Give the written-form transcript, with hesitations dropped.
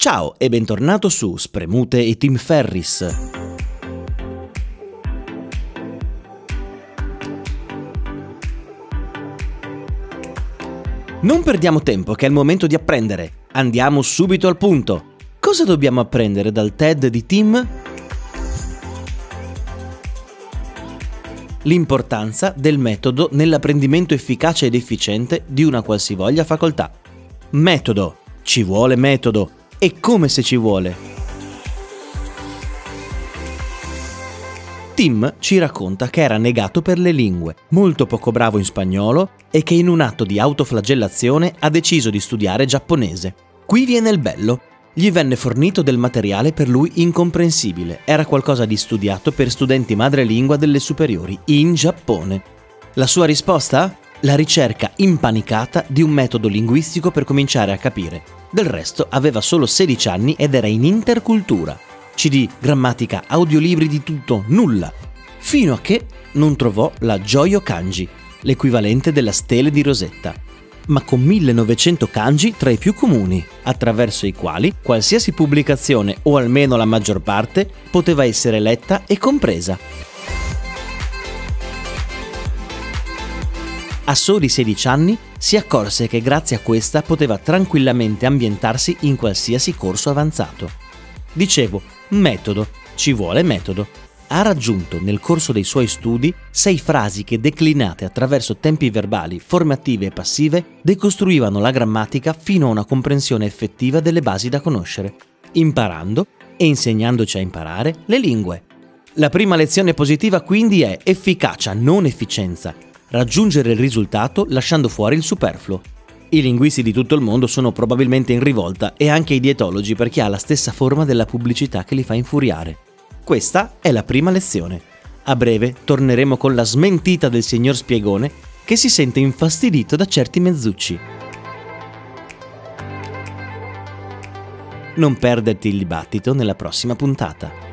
Ciao e bentornato su Spremute e Tim Ferriss. Non perdiamo tempo, che è il momento di apprendere. Andiamo subito al punto. Cosa dobbiamo apprendere dal TED di Tim? L'importanza del metodo nell'apprendimento efficace ed efficiente di una qualsivoglia facoltà. Metodo. Ci vuole metodo. E come se ci vuole. Tim ci racconta che era negato per le lingue, molto poco bravo in spagnolo e che in un atto di autoflagellazione ha deciso di studiare giapponese. Qui viene il bello. Gli venne fornito del materiale per lui incomprensibile. Era qualcosa di studiato per studenti madrelingua delle superiori in Giappone. La sua risposta? La ricerca impanicata di un metodo linguistico per cominciare a capire. Del resto aveva solo 16 anni ed era in intercultura. CD, grammatica, audiolibri di tutto, nulla. Fino a che non trovò la Joyo Kanji, l'equivalente della stele di Rosetta, ma con 1900 kanji tra i più comuni, attraverso i quali qualsiasi pubblicazione, o almeno la maggior parte, poteva essere letta e compresa. A soli 16 anni si accorse che grazie a questa poteva tranquillamente ambientarsi in qualsiasi corso avanzato. Dicevo, metodo, ci vuole metodo. Ha raggiunto nel corso dei suoi studi 6 frasi che, declinate attraverso tempi verbali, forme attive e passive, decostruivano la grammatica fino a una comprensione effettiva delle basi da conoscere, imparando e insegnandoci a imparare le lingue. La prima lezione positiva quindi è efficacia, non efficienza. Raggiungere il risultato lasciando fuori il superfluo. I linguisti di tutto il mondo sono probabilmente in rivolta e anche i dietologi, perché ha la stessa forma della pubblicità che li fa infuriare. Questa è la prima lezione. A breve torneremo con la smentita del signor Spiegone che si sente infastidito da certi mezzucci. Non perderti il dibattito nella prossima puntata.